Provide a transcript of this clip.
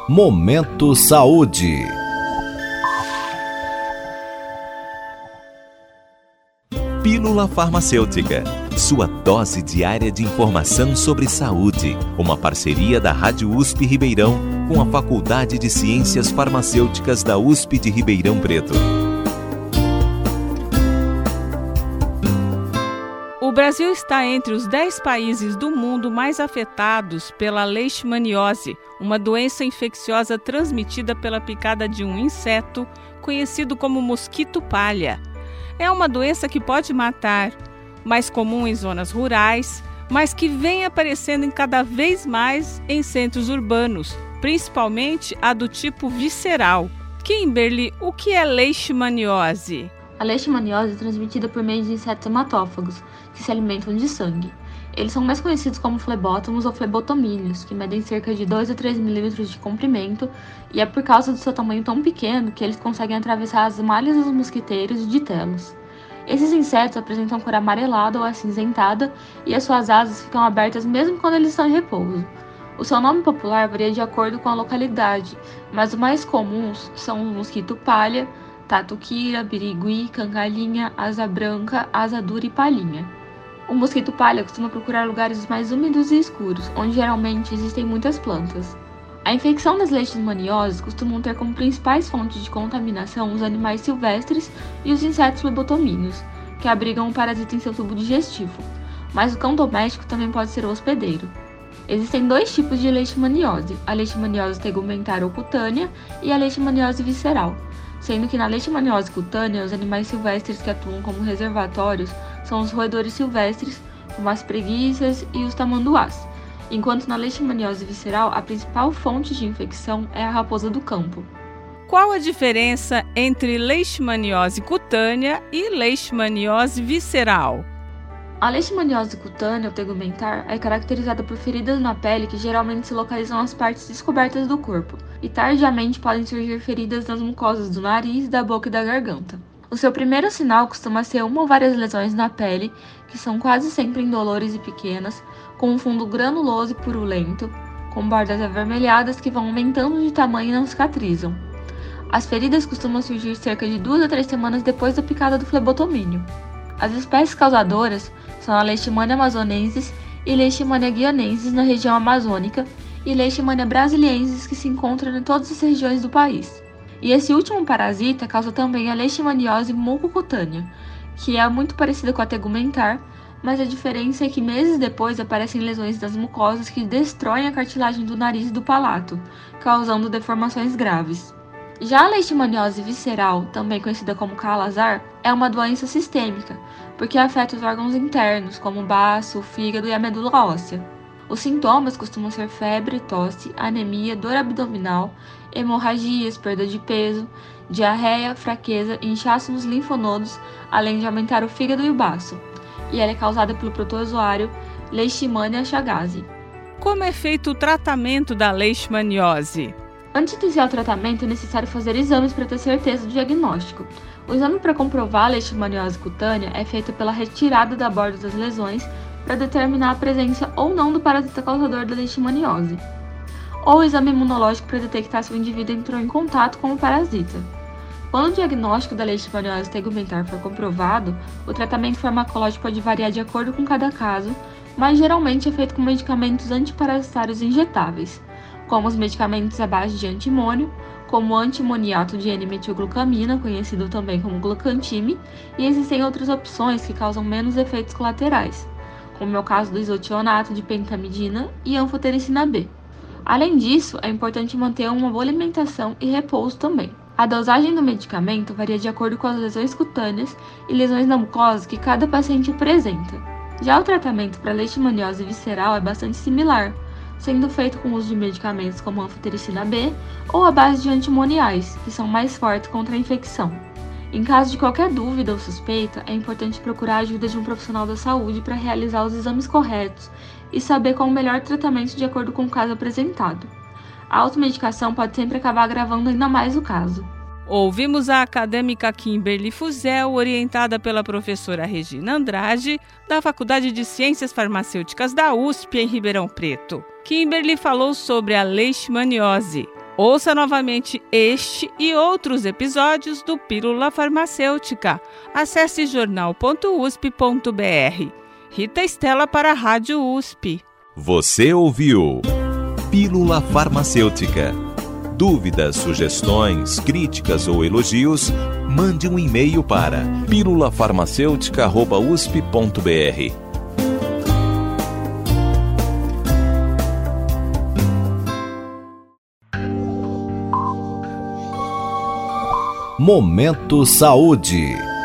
Momento Saúde. Pílula Farmacêutica, sua dose diária de informação sobre saúde. Uma parceria da Rádio USP Ribeirão com a Faculdade de Ciências Farmacêuticas da USP de Ribeirão Preto. O Brasil está entre os 10 países do mundo mais afetados pela leishmaniose, uma doença infecciosa transmitida pela picada de um inseto conhecido como mosquito palha. É uma doença que pode matar, mais comum em zonas rurais, mas que vem aparecendo cada vez mais em centros urbanos, principalmente a do tipo visceral. Kimberly, o que é leishmaniose? A leishmaniose é transmitida por meio de insetos hematófagos, que se alimentam de sangue. Eles são mais conhecidos como flebótomos ou flebotomíneos, que medem cerca de 2 a 3 milímetros de comprimento, e é por causa do seu tamanho tão pequeno que eles conseguem atravessar as malhas dos mosquiteiros e de telos. Esses insetos apresentam cor amarelada ou acinzentada, e as suas asas ficam abertas mesmo quando eles estão em repouso. O seu nome popular varia de acordo com a localidade, mas os mais comuns são o mosquito palha, tatuquira, birigui, cangalhinha, asa branca, asa dura e palhinha. O mosquito palha costuma procurar lugares mais úmidos e escuros, onde geralmente existem muitas plantas. A infecção das leishmanioses costumam ter como principais fontes de contaminação os animais silvestres e os insetos flebotomíneos, que abrigam o parasita em seu tubo digestivo, mas o cão doméstico também pode ser o hospedeiro. Existem 2 tipos de leishmaniose, a leishmaniose tegumentar ou cutânea e a leishmaniose visceral, sendo que na leishmaniose cutânea, os animais silvestres que atuam como reservatórios são os roedores silvestres, como as preguiças e os tamanduás, enquanto na leishmaniose visceral, a principal fonte de infecção é a raposa do campo. Qual a diferença entre leishmaniose cutânea e leishmaniose visceral? A leishmaniose cutânea ou tegumentar é caracterizada por feridas na pele que geralmente se localizam nas partes descobertas do corpo, e tardiamente podem surgir feridas nas mucosas do nariz, da boca e da garganta. O seu primeiro sinal costuma ser uma ou várias lesões na pele, que são quase sempre indolores e pequenas, com um fundo granuloso e purulento, com bordas avermelhadas que vão aumentando de tamanho e não cicatrizam. As feridas costumam surgir cerca de 2 a 3 semanas depois da picada do flebotomínio. As espécies causadoras são a Leishmania amazonensis e Leishmania guianensis na região amazônica e Leishmania brasiliensis que se encontram em todas as regiões do país. E esse último parasita causa também a leishmaniose mucocutânea, que é muito parecida com a tegumentar, mas a diferença é que meses depois aparecem lesões das mucosas que destroem a cartilagem do nariz e do palato, causando deformações graves. Já a leishmaniose visceral, também conhecida como Kala-Azar, é uma doença sistêmica, porque afeta os órgãos internos, como o baço, o fígado e a medula óssea. Os sintomas costumam ser febre, tosse, anemia, dor abdominal, hemorragias, perda de peso, diarreia, fraqueza e inchaço nos linfonodos, além de aumentar o fígado e o baço. E ela é causada pelo protozoário Leishmania chagas. Como é feito o tratamento da leishmaniose? Antes de iniciar o tratamento, é necessário fazer exames para ter certeza do diagnóstico. O exame para comprovar a leishmaniose cutânea é feito pela retirada da borda das lesões para determinar a presença ou não do parasita causador da leishmaniose, ou o exame imunológico para detectar se o indivíduo entrou em contato com o parasita. Quando o diagnóstico da leishmaniose tegumentar for comprovado, o tratamento farmacológico pode variar de acordo com cada caso, mas geralmente é feito com medicamentos antiparasitários injetáveis, como os medicamentos à base de antimônio, como o antimoniato de N-metilglucamina, conhecido também como glucantime, e existem outras opções que causam menos efeitos colaterais, como é o caso do isotionato de pentamidina e anfotericina B. Além disso, é importante manter uma boa alimentação e repouso também. A dosagem do medicamento varia de acordo com as lesões cutâneas e lesões na mucosa que cada paciente apresenta. Já o tratamento para leishmaniose visceral é bastante similar, sendo feito com o uso de medicamentos como anfotericina B ou a base de antimoniais, que são mais fortes contra a infecção. Em caso de qualquer dúvida ou suspeita, é importante procurar a ajuda de um profissional da saúde para realizar os exames corretos e saber qual o melhor tratamento de acordo com o caso apresentado. A automedicação pode sempre acabar agravando ainda mais o caso. Ouvimos a acadêmica Kimberly Fuzel, orientada pela professora Regina Andrade, da Faculdade de Ciências Farmacêuticas da USP, em Ribeirão Preto. Kimberly falou sobre a leishmaniose. Ouça novamente este e outros episódios do Pílula Farmacêutica. Acesse jornal.usp.br. Rita Estela para a Rádio USP. Você ouviu Pílula Farmacêutica. Dúvidas, sugestões, críticas ou elogios, mande um e-mail para pílulafarmacêutica@usp.br. Momento Saúde.